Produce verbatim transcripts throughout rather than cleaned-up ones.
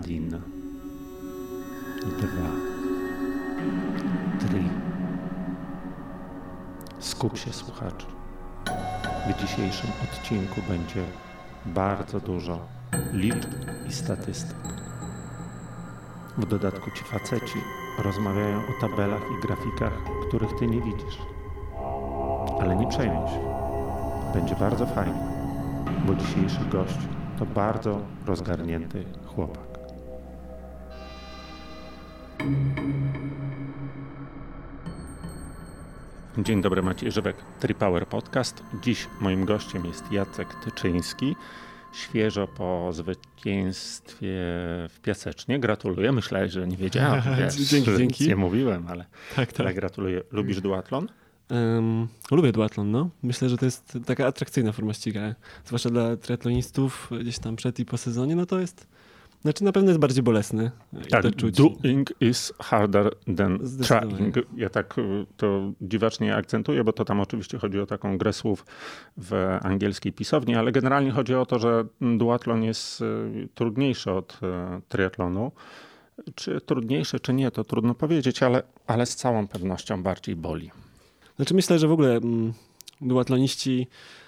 Один, dwa, trzy. Skup się, słuchacz. W dzisiejszym odcinku będzie bardzo dużo liczb i statystyk. W dodatku ci faceci rozmawiają o tabelach i grafikach, których ty nie widzisz. Ale nie przejmuj się. Będzie bardzo fajnie, bo dzisiejszy gość to bardzo rozgarnięty chłopak. Dzień dobry, Maciej Żywek, Tripower Podcast. Dziś moim gościem jest Jacek Tyczyński. Świeżo po zwycięstwie w Piasecznie. Gratuluję. Myślałeś, że nie wiedziałem. Wiesz, dzięki, dzięki. Nie mówiłem, ale, tak, tak. ale gratuluję. Lubisz duatlon? Um, lubię duatlon, no. Myślę, że to jest taka atrakcyjna forma ścigania. Zwłaszcza dla triatlonistów gdzieś tam przed i po sezonie, no to jest... Znaczy na pewno jest bardziej bolesny. Tak, doing is harder than trying. Ja tak to dziwacznie akcentuję, bo to tam oczywiście chodzi o taką grę słów w angielskiej pisowni, ale generalnie chodzi o to, że duatlon jest trudniejszy od triatlonu. Czy trudniejszy, czy nie, to trudno powiedzieć, ale, ale z całą pewnością bardziej boli. Znaczy myślę, że w ogóle mm, duatloniści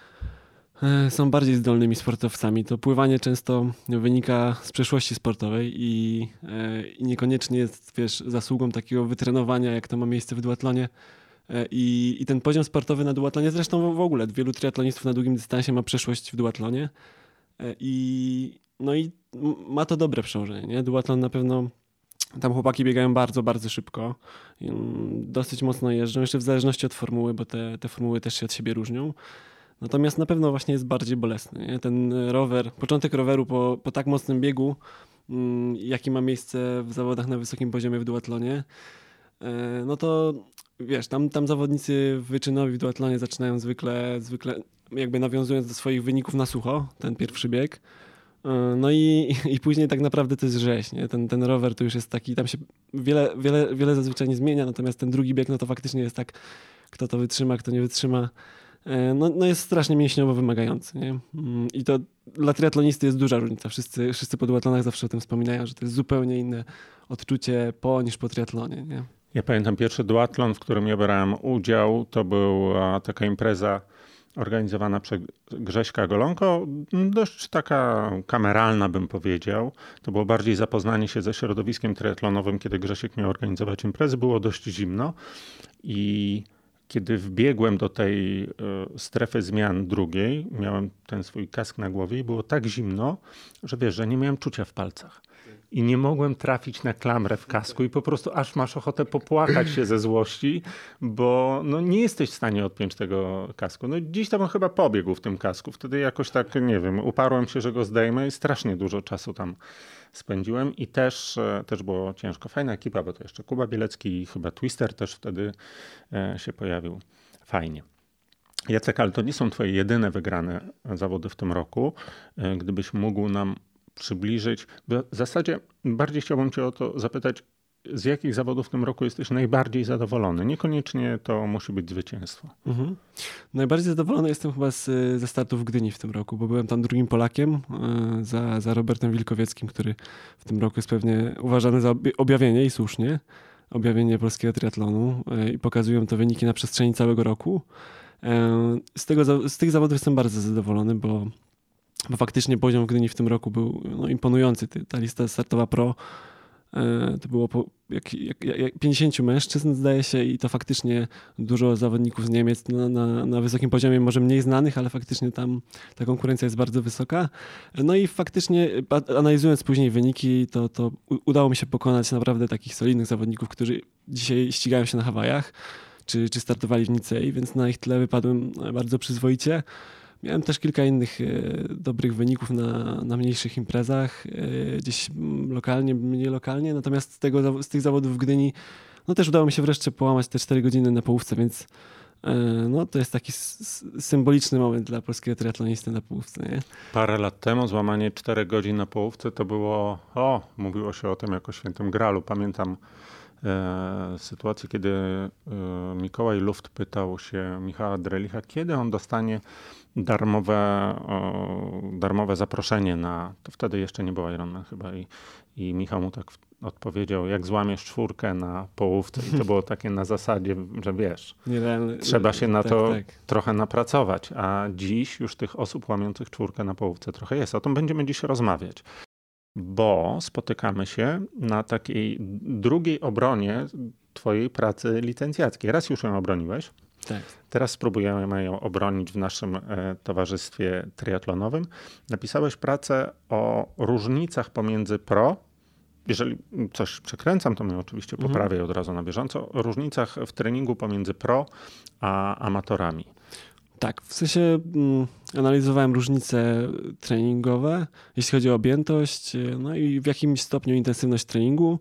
są bardziej zdolnymi sportowcami. To pływanie często wynika z przeszłości sportowej i, i niekoniecznie jest, wiesz, zasługą takiego wytrenowania, jak to ma miejsce w duatlonie. I, i ten poziom sportowy na duatlonie, zresztą w ogóle wielu triatlonistów na długim dystansie ma przeszłość w duatlonie. I, no i ma to dobre przełożenie, nie? Duatlon na pewno, tam chłopaki biegają bardzo, bardzo szybko. Dosyć mocno jeżdżą, jeszcze w zależności od formuły, bo te, te formuły też się od siebie różnią. Natomiast na pewno właśnie jest bardziej bolesny. Nie? Ten rower, początek roweru po, po tak mocnym biegu, mm, jaki ma miejsce w zawodach na wysokim poziomie w duatlonie, e, no to wiesz, tam, tam zawodnicy wyczynowi w duatlonie zaczynają zwykle, zwykle jakby nawiązując do swoich wyników na sucho, ten pierwszy bieg. E, no i, i później tak naprawdę to jest rzeź. Nie? Ten, ten rower to już jest taki, tam się wiele, wiele, wiele zazwyczaj nie zmienia, natomiast ten drugi bieg, no to faktycznie jest tak, kto to wytrzyma, kto nie wytrzyma. No, no jest strasznie mięśniowo wymagający. Nie? I to dla triatlonisty jest duża różnica. Wszyscy, wszyscy po duatlonach zawsze o tym wspominają, że to jest zupełnie inne odczucie po niż po triatlonie. Nie? Ja pamiętam pierwszy duatlon, w którym ja brałem udział. To była taka impreza organizowana przez Grześka Golonko. Dość taka kameralna, bym powiedział. To było bardziej zapoznanie się ze środowiskiem triatlonowym, kiedy Grzesiek miał organizować imprezy. Było dość zimno i kiedy wbiegłem do tej y, strefy zmian drugiej, miałem ten swój kask na głowie i było tak zimno, że wiesz, że nie miałem czucia w palcach. I nie mogłem trafić na klamrę w kasku i po prostu aż masz ochotę popłakać się ze złości, bo no, nie jesteś w stanie odpiąć tego kasku. No dziś tam on chyba pobiegł w tym kasku. Wtedy jakoś tak, nie wiem, uparłem się, że go zdejmę i strasznie dużo czasu tam spędziłem i też, też było ciężko. Fajna ekipa, bo to jeszcze Kuba Bielecki i chyba Twister też wtedy się pojawił. Fajnie. Jacek, ale to nie są twoje jedyne wygrane zawody w tym roku. Gdybyś mógł nam przybliżyć, bo w zasadzie bardziej chciałbym cię o to zapytać, z jakich zawodów w tym roku jesteś najbardziej zadowolony? Niekoniecznie to musi być zwycięstwo. Mhm. Najbardziej zadowolony jestem chyba z, ze startu w Gdyni w tym roku, bo byłem tam drugim Polakiem y, za, za Robertem Wilkowieckim, który w tym roku jest pewnie uważany za objawienie i słusznie, objawienie polskiego triatlonu y, i pokazują to wyniki na przestrzeni całego roku. Y, z, tego, z tych zawodów jestem bardzo zadowolony, bo, bo faktycznie poziom w Gdyni w tym roku był no, imponujący. Ta lista startowa pro to było po jak, jak, jak pięćdziesięciu mężczyzn, zdaje się, i to faktycznie dużo zawodników z Niemiec na, na, na wysokim poziomie, może mniej znanych, ale faktycznie tam ta konkurencja jest bardzo wysoka. No i faktycznie analizując później wyniki, to, to udało mi się pokonać naprawdę takich solidnych zawodników, którzy dzisiaj ścigają się na Hawajach, czy, czy startowali w Nicei, więc na ich tle wypadłem bardzo przyzwoicie. Miałem też kilka innych e, dobrych wyników na, na mniejszych imprezach, e, gdzieś lokalnie, mniej lokalnie, natomiast z, tego, z tych zawodów w Gdyni no też udało mi się wreszcie połamać te cztery godziny na połówce, więc e, no, to jest taki s- symboliczny moment dla polskiego triatlonisty na połówce. Nie? Parę lat temu złamanie czterech godzin na połówce to było, o, mówiło się o tym jako świętym gralu. Pamiętam e, sytuację, kiedy e, Mikołaj Luft pytał się Michała Drelicha, kiedy on dostanie darmowe, o, darmowe zaproszenie na, to wtedy jeszcze nie było Ironman chyba i, i Michał mu tak odpowiedział, jak złamiesz czwórkę na połówce i to było takie na zasadzie, że wiesz, Nierealne. trzeba się na tak, to tak. trochę napracować, a dziś już tych osób łamiących czwórkę na połówce trochę jest. O tym będziemy dziś rozmawiać, bo spotykamy się na takiej drugiej obronie twojej pracy licencjackiej. Raz już ją obroniłeś. Tak. Teraz spróbujemy ją obronić w naszym e, towarzystwie triatlonowym. Napisałeś pracę o różnicach pomiędzy pro, jeżeli coś przekręcam, to mnie oczywiście Mhm. poprawię od razu na bieżąco, o różnicach w treningu pomiędzy pro a amatorami. Tak, w sensie mm, analizowałem różnice treningowe, jeśli chodzi o objętość, y, no i w jakimś stopniu intensywność treningu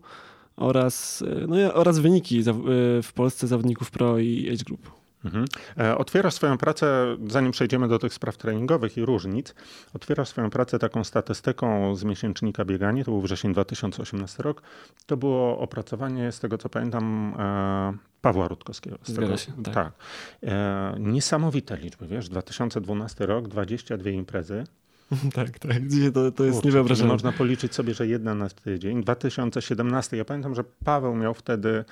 oraz, y, no, i- oraz wyniki za, y, w Polsce zawodników pro i age group. Mhm. E, Otwierasz swoją pracę, zanim przejdziemy do tych spraw treningowych i różnic, otwierasz swoją pracę taką statystyką z miesięcznika Bieganie, to był wrzesień dwa tysiące osiemnasty rok. To było opracowanie, z tego co pamiętam, e, Pawła Rutkowskiego. Z Zgadza tego, się, tak. tak. E, niesamowite liczby, wiesz, dwa tysiące dwunasty rok, dwadzieścia dwie imprezy. tak, tak. Dzisiaj to, to jest Kurczę, niewyobrażalne. Można policzyć sobie, że jedna na tydzień. dwa tysiące siedemnasty, ja pamiętam, że Paweł miał wtedy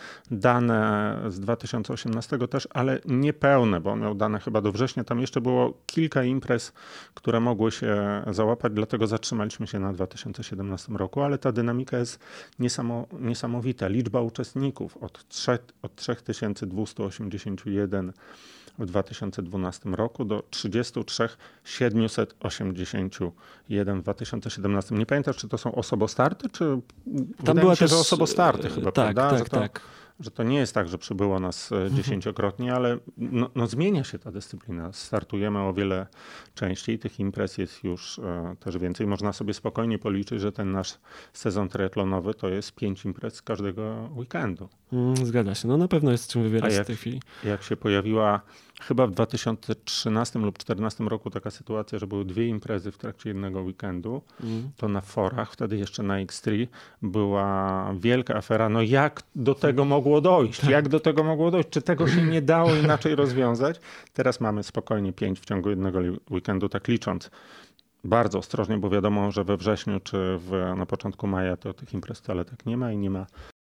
dane z dwa tysiące osiemnastego też, ale niepełne, bo on miał dane chyba do września. Tam jeszcze było kilka imprez, które mogły się załapać, dlatego zatrzymaliśmy się na dwa tysiące siedemnastym roku, ale ta dynamika jest niesamo, niesamowita. Liczba uczestników od, trzech, od trzy tysiące dwieście osiemdziesiąt jeden w dwa tysiące dwunastym roku do trzydzieści trzy tysiące siedemset osiemdziesiąt jeden w dwa tysiące siedemnastym. Nie pamiętasz, czy to są osobostarty, czy Tam wydaje była mi się, też, że osobostarty chyba, tak, prawda? tak, że, to, tak. że to nie jest tak, że przybyło nas e, dziesięciokrotnie, ale no, no zmienia się ta dyscyplina. Startujemy o wiele częściej, tych imprez jest już e, też więcej. Można sobie spokojnie policzyć, że ten nasz sezon triatlonowy to jest pięć imprez każdego weekendu. Mm, Zgadza się. No na pewno jest czym wybierać A w jak- tej chwili. Jak się pojawiła chyba w dwa tysiące trzynastym lub dwa tysiące czternastym roku taka sytuacja, że były dwie imprezy w trakcie jednego weekendu, Mm. to na forach, wtedy jeszcze na X trzy, była wielka afera. No jak do tego mogło dojść? Jak do tego mogło dojść? Czy tego się nie dało inaczej rozwiązać? Teraz mamy spokojnie pięć w ciągu jednego li- weekendu, tak licząc. Bardzo ostrożnie, bo wiadomo, że we wrześniu czy w, na początku maja to tych imprez wcale tak nie ma i nie ma,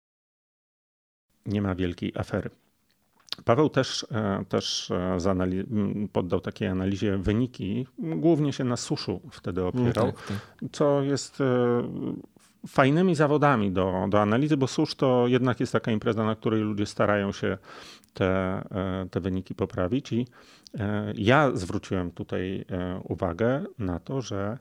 nie ma wielkiej afery. Paweł też, e, też e, zaanali- m, poddał takiej analizie wyniki, głównie się na suszu wtedy Mm, opierał, tak, tak. co jest e, fajnymi zawodami do, do analizy, bo susz to jednak jest taka impreza, na której ludzie starają się te, e, te wyniki poprawić i e, ja zwróciłem tutaj e, uwagę na to, że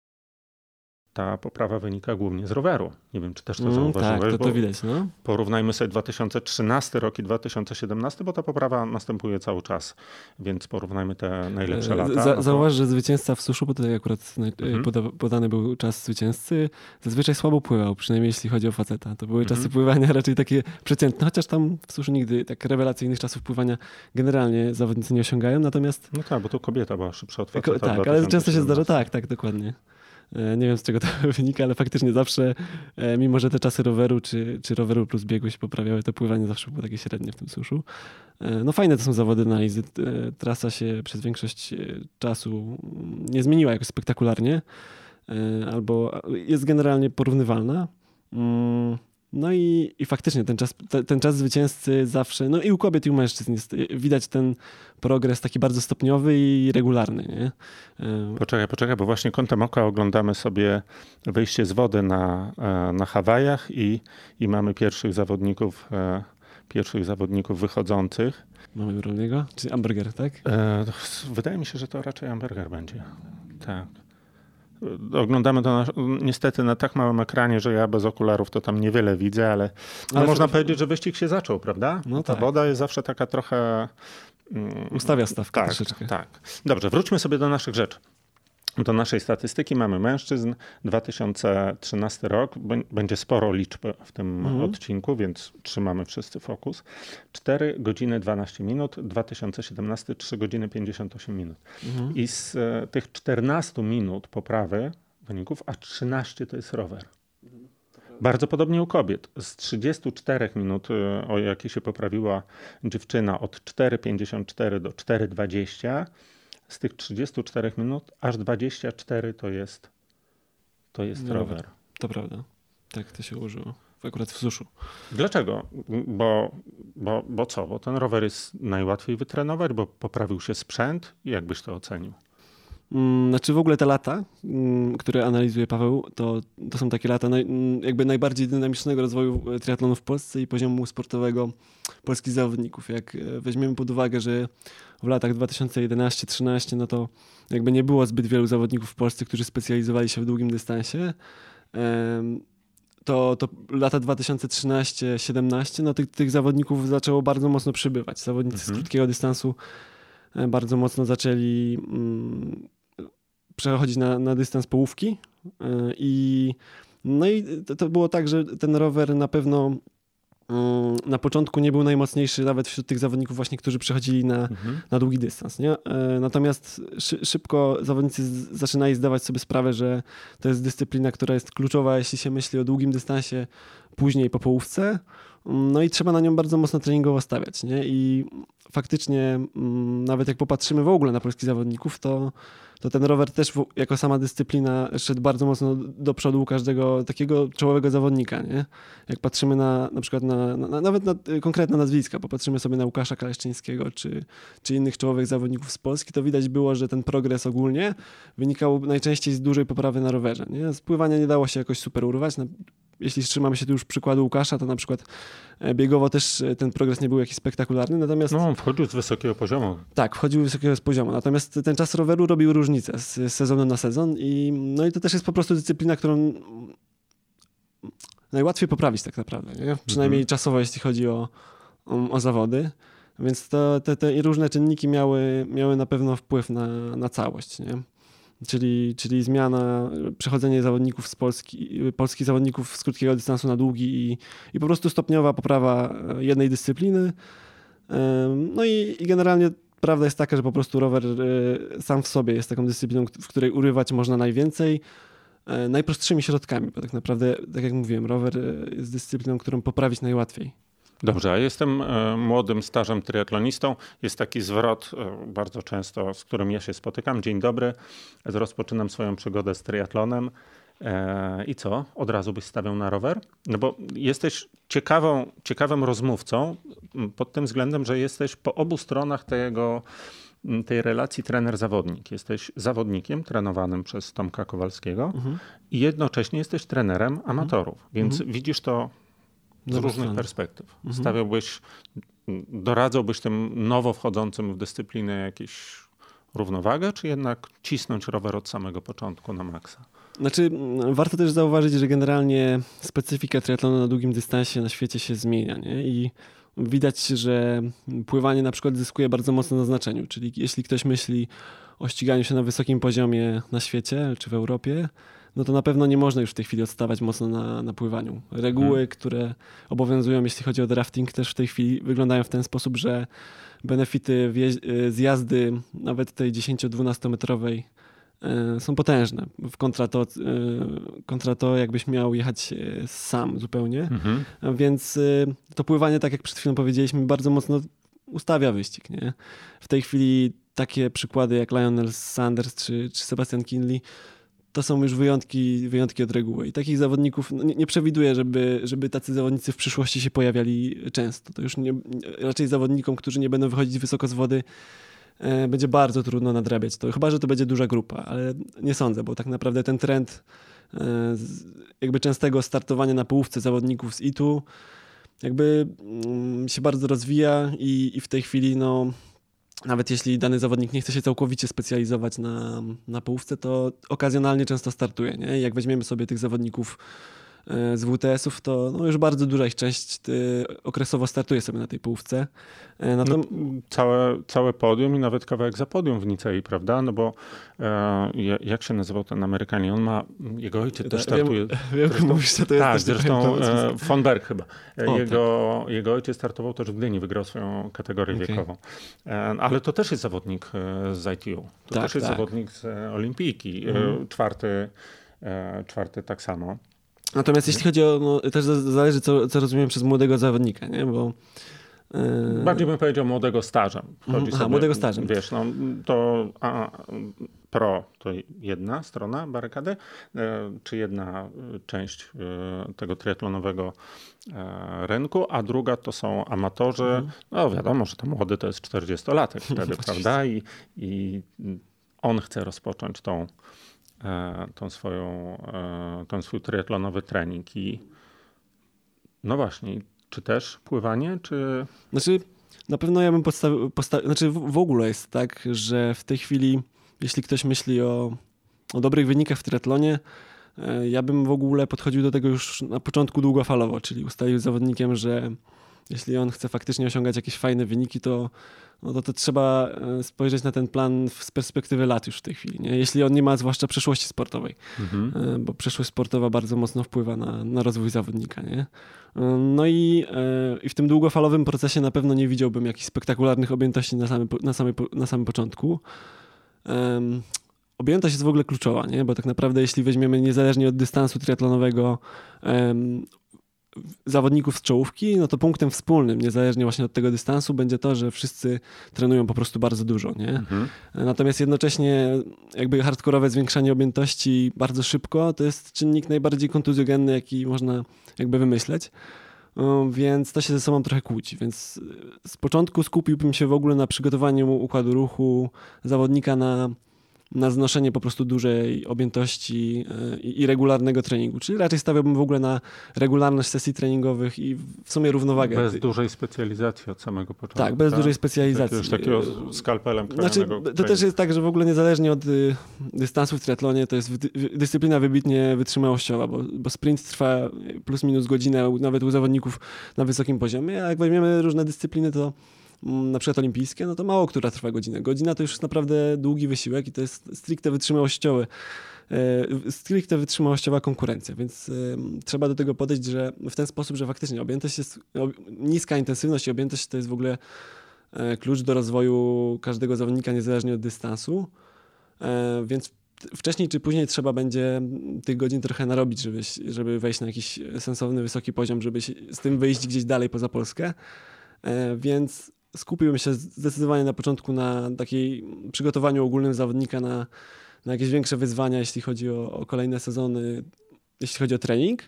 ta poprawa wynika głównie z roweru. Nie wiem, czy też to Mm, zauważyłeś, tak, to, bo to widać, no. porównajmy sobie dwa tysiące trzynasty rok i dwa tysiące siedemnasty, bo ta poprawa następuje cały czas, więc porównajmy te najlepsze E, lata. Za, no to- Zauważ, że zwycięzca w suszu, bo tutaj akurat naj- Mhm. poda, podany był czas zwycięzcy, zazwyczaj słabo pływał, przynajmniej jeśli chodzi o faceta. To były Mhm. czasy pływania raczej takie przeciętne, chociaż tam w suszu nigdy tak rewelacyjnych czasów pływania generalnie zawodnicy nie osiągają, natomiast No tak, bo tu kobieta była szybsza od Ko- faceta. w tak, ale często się zdarza, dwa tysiące siedemnastym. tak, tak, dokładnie. E, Nie wiem, z czego to wynika, ale faktycznie zawsze, e, mimo że te czasy roweru czy, czy roweru plus biegu się poprawiały, to pływanie zawsze było takie średnie w tym suszu. E, No fajne to są zawody analizy. E, Trasa się przez większość e, czasu nie zmieniła jakoś spektakularnie, e, albo jest generalnie porównywalna. Mm, No i, i faktycznie ten czas, te, ten czas zwycięzcy zawsze, no i u kobiet i u mężczyzn jest, widać ten progres taki bardzo stopniowy i regularny, nie? E, Poczekaj, poczekaj, bo właśnie kątem oka oglądamy sobie wyjście z wody na, e, na Hawajach i, i mamy pierwszych zawodników, e, pierwszych zawodników wychodzących. Mamy równego? Czy hamburger, tak? E, Wydaje mi się, że to raczej hamburger będzie. Tak. E, Oglądamy to na, niestety na tak małym ekranie, że ja bez okularów to tam niewiele widzę, ale, no Ale można to- powiedzieć, że wyścig się zaczął, prawda? No Ta tak. woda jest zawsze taka trochę... mm, Ustawia stawkę tak, troszeczkę. tak. Dobrze, wróćmy sobie do naszych rzeczy. Do naszej statystyki mamy mężczyzn. dwa tysiące trzynasty rok. Bę- Będzie sporo liczb w tym Mhm. odcinku, więc trzymamy wszyscy fokus. cztery godziny dwanaście minut. dwa tysiące siedemnasty trzy godziny pięćdziesiąt osiem minut. Mhm. I z e, tych czternastu minut poprawy wyników, a trzynaście to jest rower. Bardzo podobnie u kobiet. Z trzydziestu czterech minut, o jakie się poprawiła dziewczyna, od cztery pięćdziesiąt cztery do cztery dwadzieścia, z tych trzydziestu czterech minut aż dwadzieścia cztery to jest, to jest No, rower. To prawda. Tak to się użyło. Akurat w suszu. Dlaczego? Bo, bo, bo co? Bo ten rower jest najłatwiej wytrenować, bo poprawił się sprzęt? Jak byś to ocenił? Znaczy w ogóle te lata, które analizuje Paweł, to, to są takie lata naj, jakby najbardziej dynamicznego rozwoju triatlonu w Polsce i poziomu sportowego polskich zawodników. Jak weźmiemy pod uwagę, że w latach dwa tysiące jedenasty trzynaście, no to jakby nie było zbyt wielu zawodników w Polsce, którzy specjalizowali się w długim dystansie. To, to lata dwa tysiące trzynaście siedemnaście, no tych, tych zawodników zaczęło bardzo mocno przybywać. Zawodnicy mhm. z krótkiego dystansu bardzo mocno zaczęli mm, przechodzić na, na dystans połówki yy, i no i to, to było tak, że ten rower na pewno yy, na początku nie był najmocniejszy nawet wśród tych zawodników właśnie, którzy przechodzili na, mhm. na długi dystans, nie? Yy, natomiast szy, szybko zawodnicy z, zaczynali zdawać sobie sprawę, że to jest dyscyplina, która jest kluczowa, jeśli się myśli o długim dystansie później po połówce. No i trzeba na nią bardzo mocno treningowo stawiać, nie? I faktycznie nawet jak popatrzymy w ogóle na polskich zawodników, to, to ten rower też w, jako sama dyscyplina szedł bardzo mocno do przodu u każdego takiego czołowego zawodnika, nie? Jak patrzymy na na przykład na, na nawet na konkretne nazwiska, popatrzymy sobie na Łukasza Kaleszczyńskiego czy, czy innych czołowych zawodników z Polski, to widać było, że ten progres ogólnie wynikał najczęściej z dużej poprawy na rowerze, nie? Z pływania nie dało się jakoś super urwać. Jeśli trzymamy się tu już przykładu Łukasza, to na przykład biegowo też ten progres nie był jakiś spektakularny, natomiast... No, wchodził z wysokiego poziomu. Tak, wchodził z wysokiego poziomu, natomiast ten czas roweru robił różnicę z sezonu na sezon i no i to też jest po prostu dyscyplina, którą najłatwiej poprawić tak naprawdę, nie? Przynajmniej mhm. czasowo, jeśli chodzi o, o, o zawody, więc to, te, te różne czynniki miały, miały na pewno wpływ na, na całość, nie? Czyli, czyli zmiana, przechodzenie zawodników z Polski, polskich zawodników z krótkiego dystansu na długi i, i po prostu stopniowa poprawa jednej dyscypliny. No i, i generalnie prawda jest taka, że po prostu rower sam w sobie jest taką dyscypliną, w której urywać można najwięcej najprostszymi środkami, bo tak naprawdę, tak jak mówiłem, rower jest dyscypliną, którą poprawić najłatwiej. Dobrze, a jestem młodym stażem triatlonistą. Jest taki zwrot bardzo często, z którym ja się spotykam. Dzień dobry, rozpoczynam swoją przygodę z triatlonem. I co? Od razu byś stawiał na rower? No bo jesteś ciekawą, ciekawym rozmówcą pod tym względem, że jesteś po obu stronach tego, tej relacji trener-zawodnik. Jesteś zawodnikiem trenowanym przez Tomka Kowalskiego mhm. i jednocześnie jesteś trenerem amatorów. Mhm. Więc mhm. widzisz to z różnych strony. perspektyw. Mhm. Stawiałbyś, doradzałbyś tym nowo wchodzącym w dyscyplinę jakieś równowagę, czy jednak cisnąć rower od samego początku na maksa? Znaczy, warto też zauważyć, że generalnie specyfika triatlonu na długim dystansie na świecie się zmienia, nie? I widać, że pływanie na przykład zyskuje bardzo mocno na znaczeniu. Czyli jeśli ktoś myśli o ściganiu się na wysokim poziomie na świecie czy w Europie, no to na pewno nie można już w tej chwili odstawać mocno na, na pływaniu. Reguły, hmm. które obowiązują, jeśli chodzi o drafting, też w tej chwili wyglądają w ten sposób, że benefity z jazdy nawet tej dziesięcio-dwunastometrowej są potężne. W kontra to, kontra to jakbyś miał jechać sam zupełnie. Mhm. Więc to pływanie, tak jak przed chwilą powiedzieliśmy, bardzo mocno ustawia wyścig, nie? W tej chwili takie przykłady jak Lionel Sanders czy, czy Sebastian Kinley to są już wyjątki, wyjątki od reguły. I takich zawodników no nie, nie przewiduję, żeby, żeby tacy zawodnicy w przyszłości się pojawiali często. To już nie, raczej zawodnikom, którzy nie będą wychodzić wysoko z wody, e, będzie bardzo trudno nadrabiać to. Chyba że to będzie duża grupa, ale nie sądzę, bo tak naprawdę ten trend e, z, jakby częstego startowania na połówce zawodników z I T U jakby mm, się bardzo rozwija i, i w tej chwili no nawet jeśli dany zawodnik nie chce się całkowicie specjalizować na, na połówce, to okazjonalnie często startuje. Nie? Jak weźmiemy sobie tych zawodników z W T S-ów, to no już bardzo duża ich część ty, okresowo startuje sobie na tej połówce. No to... no, całe, całe podium i nawet kawałek za podium w Nicei, prawda? No bo e, jak się nazywał ten Amerykanin? On ma, jego ojciec też startuje. Wiem, zresztą, mówisz, co to jest. Tak, zresztą e, von Berg chyba. O, jego, tak. jego ojciec startował też w Gdyni, wygrał swoją kategorię okay. wiekową. E, ale to też jest zawodnik z I T U. To tak, też jest tak. zawodnik z Olimpijki. Mhm. E, czwarty, e, czwarty tak samo. Natomiast jeśli chodzi o, no, też zależy co, co rozumiem przez młodego zawodnika, nie? Bo Yy... Bardziej bym powiedział młodego stażem. Chodzi Aha, sobie, młodego stażem. Wiesz, no to a, pro to jedna strona barykady, yy, czy jedna część yy, tego triatlonowego yy, rynku, a druga to są amatorzy. Mhm. No wiadomo, że ten młody to jest czterdziestolatek wtedy, prawda? I, I on chce rozpocząć tą, yy, tą swoją, yy, ten swój triatlonowy trening i no właśnie, czy też pływanie, czy... Znaczy, na pewno ja bym postawił... Postawi... Znaczy, w, w ogóle jest tak, że w tej chwili, jeśli ktoś myśli o, o dobrych wynikach w triatlonie, ja bym w ogóle podchodził do tego już na początku długofalowo, czyli ustalił z zawodnikiem, że jeśli on chce faktycznie osiągać jakieś fajne wyniki, to, no to, to trzeba spojrzeć na ten plan z perspektywy lat już w tej chwili. Nie? Jeśli on nie ma zwłaszcza przeszłości sportowej, mhm. bo przeszłość sportowa bardzo mocno wpływa na, na rozwój zawodnika. Nie? No i, i w tym długofalowym procesie na pewno nie widziałbym jakichś spektakularnych objętości na samym, na samym, na samym początku. Um, objętość jest w ogóle kluczowa, nie? Bo tak naprawdę jeśli weźmiemy niezależnie od dystansu triatlonowego um, zawodników z czołówki, no to punktem wspólnym, niezależnie właśnie od tego dystansu, będzie to, że wszyscy trenują po prostu bardzo dużo, nie? Mhm. Natomiast jednocześnie jakby hardkorowe zwiększanie objętości bardzo szybko, to jest czynnik najbardziej kontuzjogenny, jaki można jakby wymyśleć. Więc to się ze sobą trochę kłóci. Więc z początku skupiłbym się w ogóle na przygotowaniu układu ruchu zawodnika na na znoszenie po prostu dużej objętości i, i regularnego treningu. Czyli raczej stawiałbym w ogóle na regularność sesji treningowych i w sumie równowagę. Bez dużej specjalizacji od samego początku. Tak, bez tak? dużej specjalizacji. Już takiego skalpelem znaczy, to też jest tak, że w ogóle niezależnie od y, dystansu w triatlonie to jest wy, dyscyplina wybitnie wytrzymałościowa, bo, bo sprint trwa plus minus godzinę, nawet u zawodników na wysokim poziomie, a jak weźmiemy różne dyscypliny, to na przykład olimpijskie, no to mało która trwa godzinę. Godzina to już jest naprawdę długi wysiłek i to jest stricte wytrzymałościowy, e, stricte wytrzymałościowa konkurencja, więc e, trzeba do tego podejść, że w ten sposób, że faktycznie objętość jest, niska intensywność i objętość to jest w ogóle e, klucz do rozwoju każdego zawodnika niezależnie od dystansu, e, więc wcześniej czy później trzeba będzie tych godzin trochę narobić, żeby, żeby wejść na jakiś sensowny, wysoki poziom, żeby się, z tym wyjść gdzieś dalej poza Polskę, e, więc skupiłem się zdecydowanie na początku na takiej przygotowaniu ogólnym zawodnika na, na jakieś większe wyzwania, jeśli chodzi o, o kolejne sezony, jeśli chodzi o trening.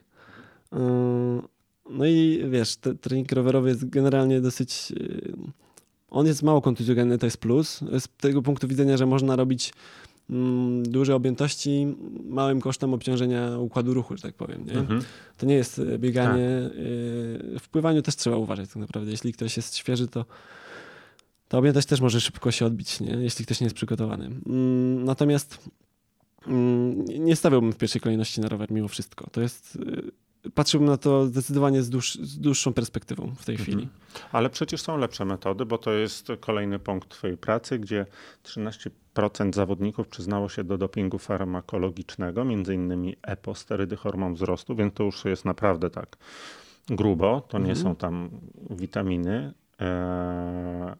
No i wiesz, te, trening rowerowy jest generalnie dosyć... On jest mało kontuzjogenny, to jest plus. Z tego punktu widzenia, że można robić mm, duże objętości małym kosztem obciążenia układu ruchu, że tak powiem. Nie? Mhm. To nie jest bieganie. Tak. W pływaniu też trzeba uważać tak naprawdę. Jeśli ktoś jest świeży, to ta objętość też może szybko się odbić, nie? Jeśli ktoś nie jest przygotowany. Mm, natomiast mm, nie stawiałbym w pierwszej kolejności na rower mimo wszystko. To jest... Patrzyłbym na to zdecydowanie z, dłuż, z dłuższą perspektywą w tej mhm. chwili. Ale przecież są lepsze metody, bo to jest kolejny punkt twojej pracy, gdzie trzynaście procent zawodników przyznało się do dopingu farmakologicznego, między innymi E P O, sterydy, hormon wzrostu, więc to już jest naprawdę tak grubo. To mhm. nie są tam witaminy. Eee,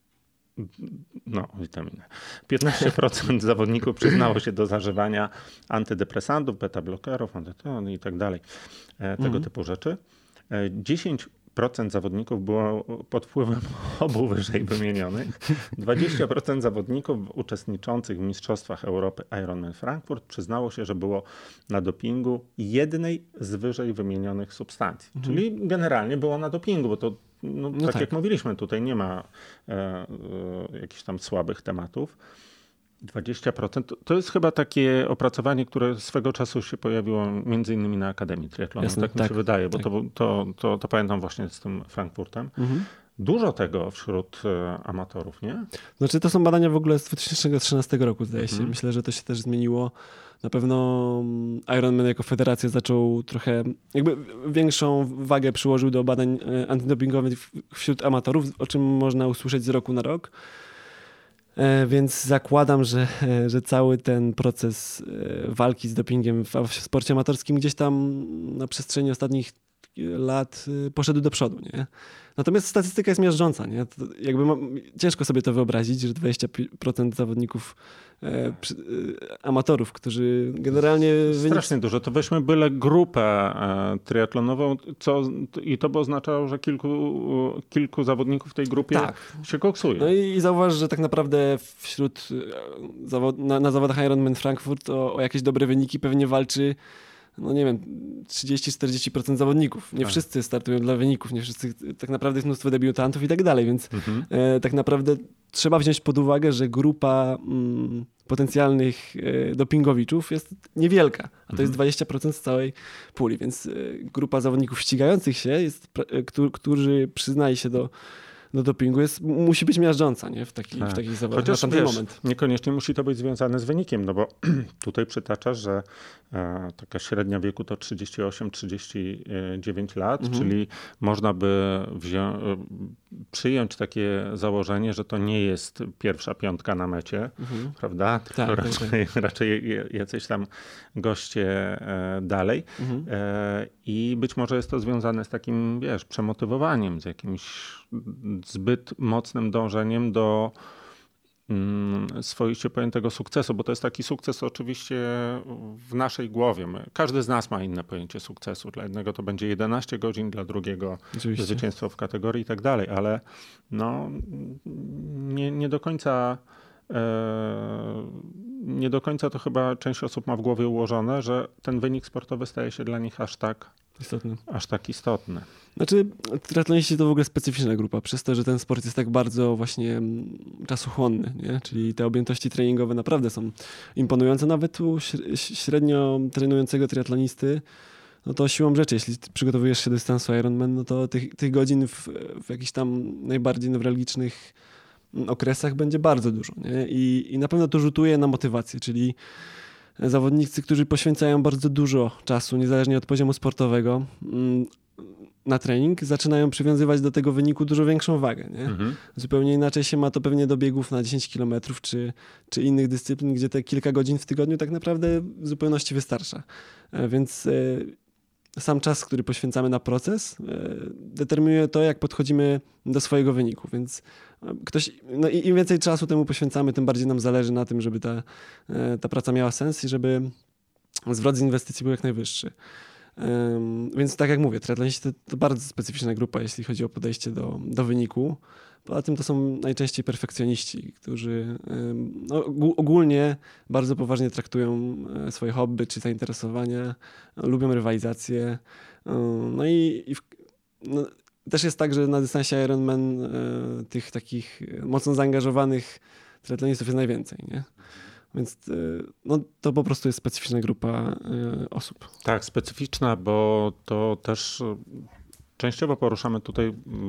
no, witaminy. piętnaście procent zawodników przyznało się do zażywania antydepresantów, beta-blokerów, antyton i tak dalej, tego mhm. typu rzeczy. dziesięć procent zawodników było pod wpływem obu wyżej wymienionych. dwadzieścia procent zawodników uczestniczących w Mistrzostwach Europy Ironman Frankfurt przyznało się, że było na dopingu jednej z wyżej wymienionych substancji. Mhm. Czyli generalnie było na dopingu, bo to no, no tak, tak jak mówiliśmy, tutaj nie ma e, e, jakichś tam słabych tematów. dwadzieścia procent to jest chyba takie opracowanie, które swego czasu się pojawiło między innymi na Akademii Triathlonu. Jasne, tak mi tak, się wydaje, bo tak. to, to, to, to pamiętam właśnie z tym Frankfurtem. Mhm. Dużo tego wśród e, amatorów, nie? Znaczy to są badania w ogóle z dwa tysiące trzynastego roku, zdaje się. Mhm. Myślę, że to się też zmieniło. Na pewno Ironman jako federacja zaczął trochę, jakby większą wagę przyłożył do badań antydopingowych wśród amatorów, o czym można usłyszeć z roku na rok. Więc zakładam, że, że cały ten proces walki z dopingiem w sporcie amatorskim gdzieś tam na przestrzeni ostatnich lat poszedł do przodu, nie? Natomiast statystyka jest miażdżąca, nie? To jakby ma, ciężko sobie to wyobrazić, że dwadzieścia procent zawodników e, przy, e, amatorów, którzy generalnie... Strasznie wynik... dużo. To weźmy byle grupę e, triatlonową co, i to by oznaczało, że kilku, kilku zawodników w tej grupie tak. się koksuje. No i, i zauważ, że tak naprawdę wśród zawod, na, na zawodach Ironman Frankfurt o, o jakieś dobre wyniki pewnie walczy no nie wiem, trzydzieści do czterdziestu procent zawodników. Nie tak. wszyscy startują dla wyników, nie wszyscy, tak naprawdę jest mnóstwo debiutantów i tak dalej, więc mhm. e, tak naprawdę trzeba wziąć pod uwagę, że grupa mm, potencjalnych e, dopingowiczów jest niewielka, a to mhm. jest dwadzieścia procent z całej puli, więc e, grupa zawodników ścigających się, jest, e, którzy, którzy przyznaje się do do dopingu jest, musi być miażdżąca, nie? W, taki, tak. w takich zawodach na tamten wiesz, moment. Niekoniecznie musi to być związane z wynikiem, no bo tutaj przytaczasz, że e, taka średnia wieku to trzydzieści osiem trzydzieści dziewięć lat, mhm. czyli można by wzią- przyjąć takie założenie, że to nie jest pierwsza piątka na mecie, mhm. prawda? Tylko tak, raczej, tak, tak. raczej jacyś tam goście e, dalej. Mhm. E, I być może jest to związane z takim, wiesz, przemotywowaniem, z jakimś zbyt mocnym dążeniem do mm, swoiście pojętego sukcesu, bo to jest taki sukces oczywiście w naszej głowie. My, każdy z nas ma inne pojęcie sukcesu. Dla jednego to będzie jedenaście godzin, dla drugiego oczywiście. Zwycięstwo w kategorii i tak dalej, ale no, nie, nie do końca e, nie do końca to chyba część osób ma w głowie ułożone, że ten wynik sportowy staje się dla nich aż tak istotny. Aż tak istotny. Znaczy, triatloniści to w ogóle specyficzna grupa, przez to, że ten sport jest tak bardzo właśnie czasochłonny, nie? Czyli te objętości treningowe naprawdę są imponujące. Nawet u średnio trenującego triatlonisty, no to siłą rzeczy, jeśli przygotowujesz się do dystansu Ironman, no to tych, tych godzin w, w jakichś tam najbardziej newralgicznych okresach będzie bardzo dużo, nie? I, i na pewno to rzutuje na motywację, czyli zawodnicy, którzy poświęcają bardzo dużo czasu, niezależnie od poziomu sportowego, na trening, zaczynają przywiązywać do tego wyniku dużo większą wagę. Nie? Mhm. Zupełnie inaczej się ma to pewnie do biegów na dziesięć kilometrów czy, czy innych dyscyplin, gdzie te kilka godzin w tygodniu tak naprawdę w zupełności wystarcza. Więc sam czas, który poświęcamy na proces, determinuje to, jak podchodzimy do swojego wyniku. Więc ktoś, no i im więcej czasu temu poświęcamy, tym bardziej nam zależy na tym, żeby ta, ta praca miała sens i żeby zwrot z inwestycji był jak najwyższy. Um, więc tak jak mówię, triatloniści to, to bardzo specyficzna grupa, jeśli chodzi o podejście do, do wyniku. Poza tym to są najczęściej perfekcjoniści, którzy um, no, ogólnie bardzo poważnie traktują swoje hobby czy zainteresowania, lubią rywalizację. Um, no i, i w, no, też jest tak, że na dystansie Ironman e, tych takich mocno zaangażowanych triatlonistów jest najwięcej, nie? Więc no, to po prostu jest specyficzna grupa y, osób. Tak, specyficzna, bo to też częściowo poruszamy tutaj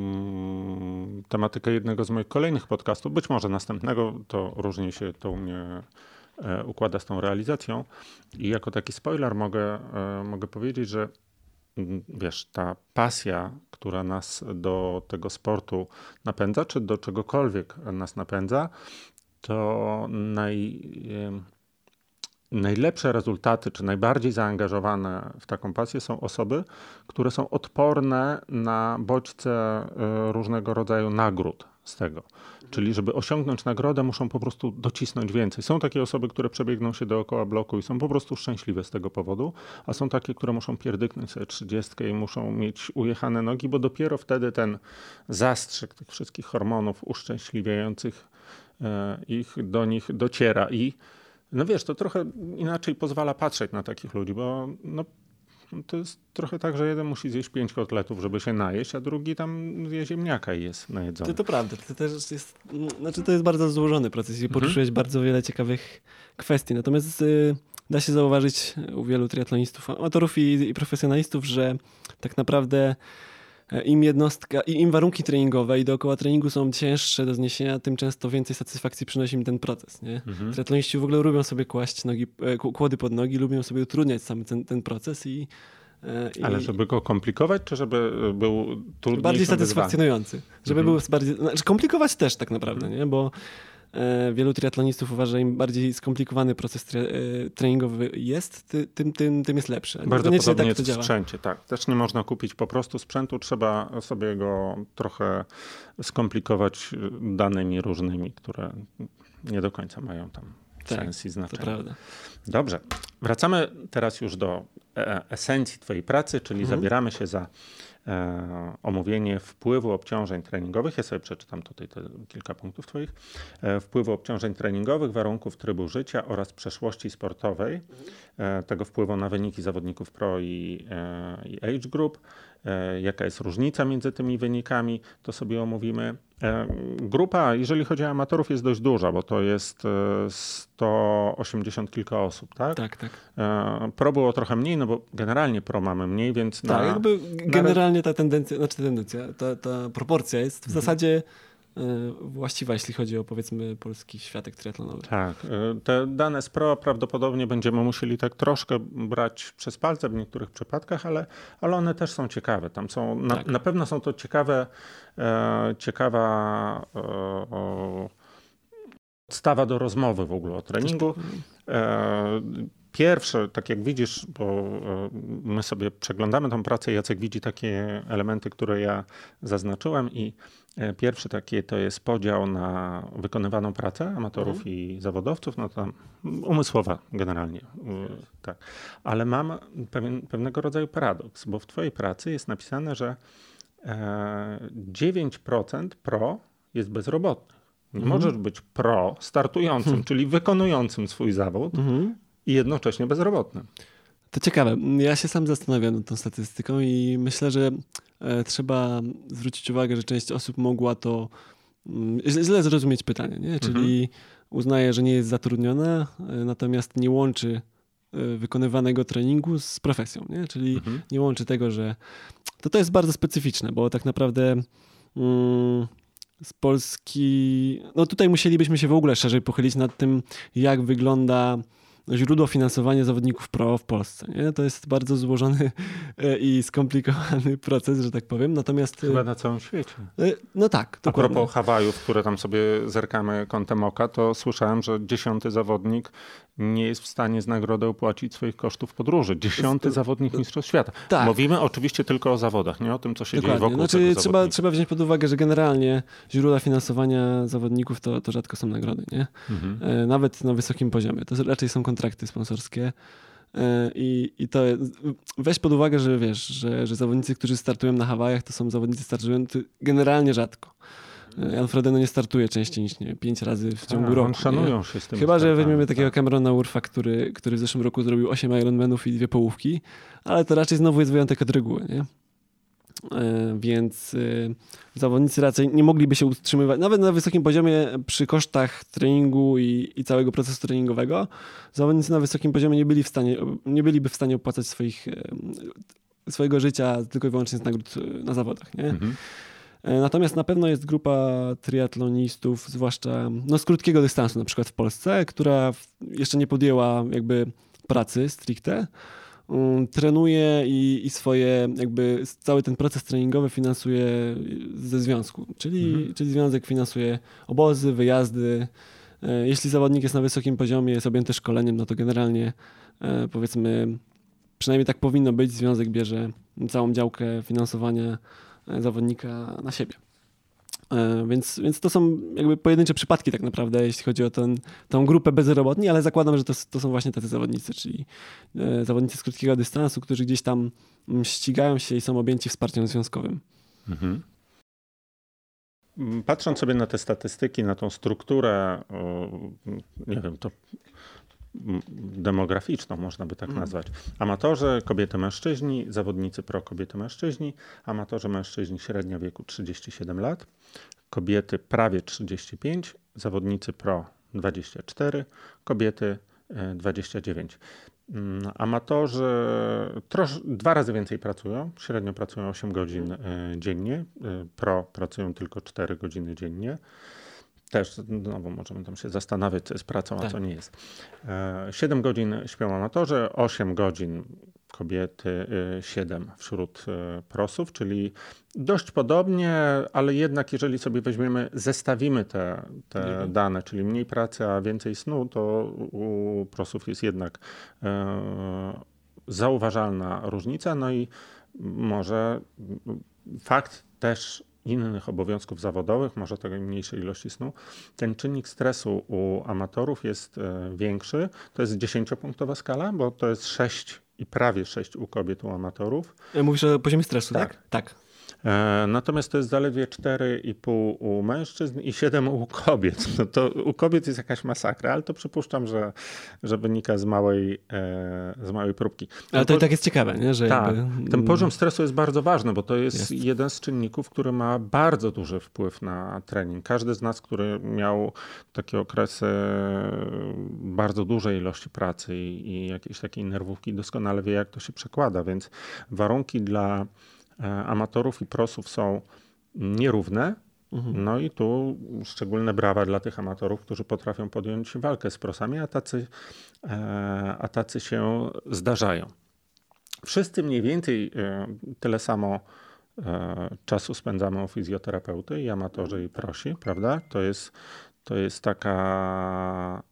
mm, tematykę jednego z moich kolejnych podcastów, być może następnego, to różnie się to u mnie e, układa z tą realizacją. I jako taki spoiler mogę, e, mogę powiedzieć, że m, wiesz, ta pasja, która nas do tego sportu napędza, czy do czegokolwiek nas napędza, to naj, najlepsze rezultaty, czy najbardziej zaangażowane w taką pasję są osoby, które są odporne na bodźce różnego rodzaju nagród z tego. Czyli żeby osiągnąć nagrodę, muszą po prostu docisnąć więcej. Są takie osoby, które przebiegną się dookoła bloku i są po prostu szczęśliwe z tego powodu, a są takie, które muszą pierdyknąć sobie trzydziestkę i muszą mieć ujechane nogi, bo dopiero wtedy ten zastrzyk tych wszystkich hormonów uszczęśliwiających ich do nich dociera i no wiesz, to trochę inaczej pozwala patrzeć na takich ludzi, bo no, to jest trochę tak, że jeden musi zjeść pięć kotletów, żeby się najeść, a drugi tam zje ziemniaka i jest najedzony. To, to prawda, to też jest, znaczy to jest bardzo złożony proces i poruszyłeś mhm. bardzo wiele ciekawych kwestii, natomiast y, da się zauważyć u wielu triatlonistów, amatorów i, i profesjonalistów, że tak naprawdę im jednostka, im warunki treningowe i dookoła treningu są cięższe do zniesienia, tym często więcej satysfakcji przynosi mi ten proces. Nie? Mhm. Triatloniści w ogóle lubią sobie kłaść nogi, kłody pod nogi, lubią sobie utrudniać sam ten, ten proces. I, i Ale żeby go komplikować, czy żeby był trudniejszy? Bardziej satysfakcjonujący. Żeby mhm. był bardziej, znaczy komplikować też tak naprawdę, nie? Bo wielu triatlonistów uważa, że im bardziej skomplikowany proces treningowy jest, ty, tym, tym, tym jest lepszy. Bardzo podobnie tak jest w sprzęcie, tak. Też nie można kupić po prostu sprzętu, trzeba sobie go trochę skomplikować danymi różnymi, które nie do końca mają tam tak, sens i znaczenie. To prawda. Dobrze, wracamy teraz już do esencji twojej pracy, czyli mhm. zabieramy się za e, omówienie wpływu obciążeń treningowych. Ja sobie przeczytam tutaj te kilka punktów twoich. E, wpływu obciążeń treningowych, warunków trybu życia oraz przeszłości sportowej. E, tego wpływu na wyniki zawodników pro i, e, i age group. E, jaka jest różnica między tymi wynikami, to sobie omówimy. E, grupa, jeżeli chodzi o amatorów, jest dość duża, bo to jest sto osiemdziesiąt kilka osób, tak? Tak, tak. E, pro było trochę mniej, no bo generalnie pro mamy mniej, więc na... Tak, jakby generalnie ta tendencja, znaczy tendencja, ta, ta proporcja jest w mhm. zasadzie właściwa, jeśli chodzi o, powiedzmy, polski światek triatlonowy. Tak. Te dane z pro prawdopodobnie będziemy musieli tak troszkę brać przez palce w niektórych przypadkach, ale, ale one też są ciekawe. Tam są, na, tak. na pewno są to ciekawe, e, ciekawa e, podstawa do rozmowy w ogóle o treningu. E, Pierwsze, tak jak widzisz, bo my sobie przeglądamy tą pracę, Jacek widzi takie elementy, które ja zaznaczyłem i pierwszy taki to jest podział na wykonywaną pracę amatorów mhm. i zawodowców, no tam umysłowa generalnie, tak. Ale mam pewien, pewnego rodzaju paradoks, bo w twojej pracy jest napisane, że dziewięć procent pro jest bezrobotnych. Nie mhm. możesz być pro startującym, mhm. czyli wykonującym swój zawód, mhm. i jednocześnie bezrobotnym. To ciekawe. Ja się sam zastanawiam nad tą statystyką i myślę, że e, trzeba zwrócić uwagę, że część osób mogła to mm, źle zrozumieć pytanie, nie? Czyli mhm. uznaje, że nie jest zatrudniona, e, natomiast nie łączy e, wykonywanego treningu z profesją, nie? Czyli mhm. nie łączy tego, że to, to jest bardzo specyficzne, bo tak naprawdę mm, z Polski, no tutaj musielibyśmy się w ogóle szerzej pochylić nad tym, jak wygląda źródło finansowania zawodników pro w Polsce. Nie? To jest bardzo złożony i skomplikowany proces, że tak powiem. Natomiast chyba na całym świecie. No tak. A dokładnie. Propos Hawajów, które tam sobie zerkamy kątem oka, to słyszałem, że dziesiąty zawodnik nie jest w stanie z nagrody opłacić swoich kosztów podróży. Dziesiąty z... zawodnik Mistrzostw Świata. Tak. Mówimy oczywiście tylko o zawodach, nie o tym, co się dokładnie. dzieje wokół znaczy, tego trzeba, trzeba wziąć pod uwagę, że generalnie źródła finansowania zawodników to, to rzadko są nagrody. Nie? Mhm. Nawet na wysokim poziomie. To raczej są kontrakty sponsorskie. I, i to weź pod uwagę, że wiesz, że, że zawodnicy, którzy startują na Hawajach, to są zawodnicy startujący generalnie rzadko. Jan Frodeno nie startuje częściej niż nie, pięć razy w ciągu A, roku. Szanują nie? się z tym. Chyba, startami, że weźmiemy tak. takiego Camerona Wurfa, który, który w zeszłym roku zrobił osiem Ironmanów i dwie połówki, ale to raczej znowu jest wyjątek od reguły, nie? E, więc e, zawodnicy raczej nie mogliby się utrzymywać, nawet na wysokim poziomie przy kosztach treningu i, i całego procesu treningowego. Zawodnicy na wysokim poziomie nie byli w stanie, nie byliby w stanie opłacać swoich, e, swojego życia tylko i wyłącznie z nagród na zawodach, nie? Mhm. Natomiast na pewno jest grupa triatlonistów, zwłaszcza no, z krótkiego dystansu, na przykład w Polsce, która jeszcze nie podjęła jakby pracy stricte, um, trenuje i, i swoje jakby cały ten proces treningowy finansuje ze związku, czyli, mhm. czyli związek finansuje obozy, wyjazdy. Jeśli zawodnik jest na wysokim poziomie, jest objęty szkoleniem, no to generalnie powiedzmy, przynajmniej tak powinno być, związek bierze całą działkę finansowania zawodnika na siebie. Więc, więc to są jakby pojedyncze przypadki tak naprawdę, jeśli chodzi o ten, tą grupę bezrobotni, ale zakładam, że to, to są właśnie tacy zawodnicy, czyli zawodnicy z krótkiego dystansu, którzy gdzieś tam ścigają się i są objęci wsparciem związkowym. Mhm. Patrząc sobie na te statystyki, na tą strukturę, nie wiem, to demograficzną, można by tak mm. nazwać. Amatorzy, kobiety, mężczyźni, zawodnicy pro, kobiety, mężczyźni, amatorzy, mężczyźni średnia wieku trzydzieści siedem lat, kobiety prawie trzydzieści pięć, zawodnicy pro dwadzieścia cztery, kobiety dwadzieścia dziewięć. Amatorzy trosz, dwa razy więcej pracują, średnio pracują osiem godzin dziennie, pro pracują tylko cztery godziny dziennie. Też znowu możemy tam się zastanawiać, co jest pracą, a tak. co nie jest. siedem godzin śpią amatorzy, osiem godzin kobiety siedem wśród prosów, czyli dość podobnie, ale jednak jeżeli sobie weźmiemy, zestawimy te, te mhm. dane, czyli mniej pracy, a więcej snu, to u prosów jest jednak e, zauważalna różnica. No i może fakt też innych obowiązków zawodowych, może tej mniejszej ilości snu, ten czynnik stresu u amatorów jest większy. To jest dziesięciopunktowa skala, bo to jest sześć i prawie sześć u kobiet, u amatorów. Mówisz o poziomie stresu, tak? Tak. Tak. Natomiast to jest zaledwie cztery i pół u mężczyzn i siedem u kobiet. No to u kobiet jest jakaś masakra, ale to przypuszczam, że, że wynika z małej, z małej próbki. Ten ale to i tak jest ciekawe, nie? Że tak, jakby... ten poziom stresu jest bardzo ważny, bo to jest, jest jeden z czynników, który ma bardzo duży wpływ na trening. Każdy z nas, który miał takie okresy bardzo dużej ilości pracy i, i jakiejś takiej nerwówki, doskonale wie, jak to się przekłada, więc warunki dla amatorów i prosów są nierówne. Mhm. No i tu szczególne brawa dla tych amatorów, którzy potrafią podjąć walkę z prosami, a tacy, a tacy się zdarzają. Wszyscy mniej więcej tyle samo czasu spędzamy u fizjoterapeuty, i amatorzy, i prosi, prawda? To jest, to jest taka,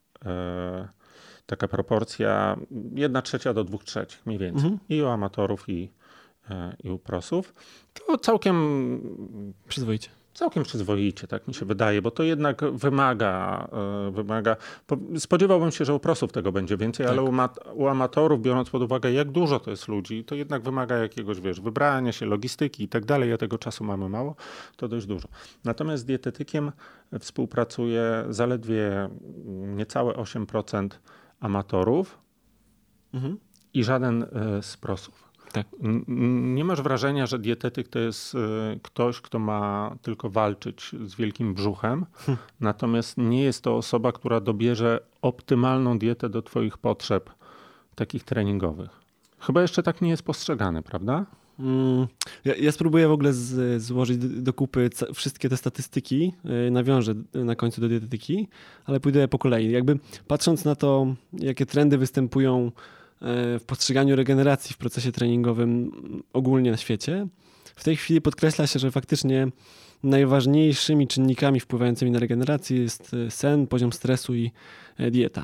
taka proporcja jedna trzecia do dwóch trzecich mniej więcej. Mhm. I u amatorów, i i u prosów, to całkiem przyzwoicie. Całkiem przyzwoicie, tak mi się wydaje, bo to jednak wymaga, wymaga. Spodziewałbym się, że u prosów tego będzie więcej, tak. ale u, mat, u amatorów, biorąc pod uwagę, jak dużo to jest ludzi, to jednak wymaga jakiegoś, wiesz, wybrania się, logistyki i tak dalej, a tego czasu mamy mało, to dość dużo. Natomiast z dietetykiem współpracuje zaledwie niecałe osiem procent amatorów mhm. i żaden z prosów. Tak. Nie masz wrażenia, że dietetyk to jest ktoś, kto ma tylko walczyć z wielkim brzuchem, hm. natomiast nie jest to osoba, która dobierze optymalną dietę do twoich potrzeb takich treningowych. Chyba jeszcze tak nie jest postrzegane, prawda? Mm, ja, ja spróbuję w ogóle z, złożyć do, do kupy ca- wszystkie te statystyki, yy, nawiążę na końcu do dietetyki, ale pójdę po kolei. Jakby patrząc na to, jakie trendy występują w postrzeganiu regeneracji w procesie treningowym ogólnie na świecie, w tej chwili podkreśla się, że faktycznie najważniejszymi czynnikami wpływającymi na regenerację jest sen, poziom stresu i dieta.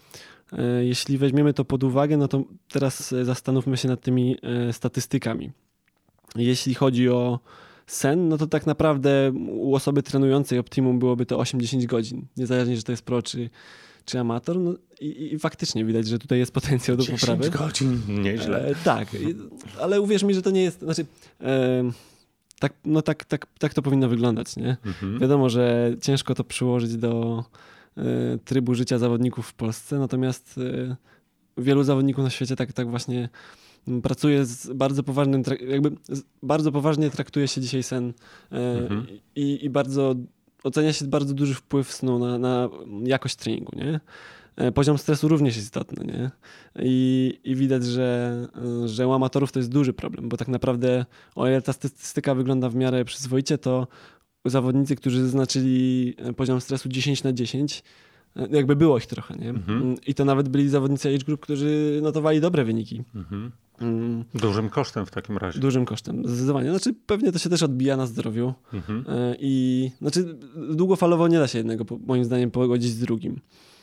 Jeśli weźmiemy to pod uwagę, no to teraz zastanówmy się nad tymi statystykami. Jeśli chodzi o sen, no to tak naprawdę u osoby trenującej optimum byłoby to osiem do dziesięciu godzin. Niezależnie, że to jest pro czy czy amator, no i, i faktycznie widać, że tutaj jest potencjał do poprawy. dziesięć godzin, nieźle. E, tak, i, ale uwierz mi, że to nie jest, znaczy e, tak, no tak, tak, tak to powinno wyglądać, nie? Mhm. Wiadomo, że ciężko to przyłożyć do e, trybu życia zawodników w Polsce, natomiast e, wielu zawodników na świecie tak, tak właśnie pracuje z bardzo poważnym, jakby z, bardzo poważnie traktuje się dzisiaj sen e, mhm. i, i bardzo ocenia się bardzo duży wpływ snu na, na jakość treningu, nie? Poziom stresu również jest istotny, nie? I, i widać, że, że u amatorów to jest duży problem, bo tak naprawdę o ile ta statystyka wygląda w miarę przyzwoicie, to zawodnicy, którzy zaznaczyli poziom stresu dziesięć na dziesięć, jakby było ich trochę, nie? Mhm. I to nawet byli zawodnicy age group, którzy notowali dobre wyniki. Mhm. Mm. Dużym kosztem w takim razie. Dużym kosztem, zdecydowanie. Znaczy pewnie to się też odbija na zdrowiu mhm. i znaczy długofalowo nie da się jednego moim zdaniem pogodzić z drugim.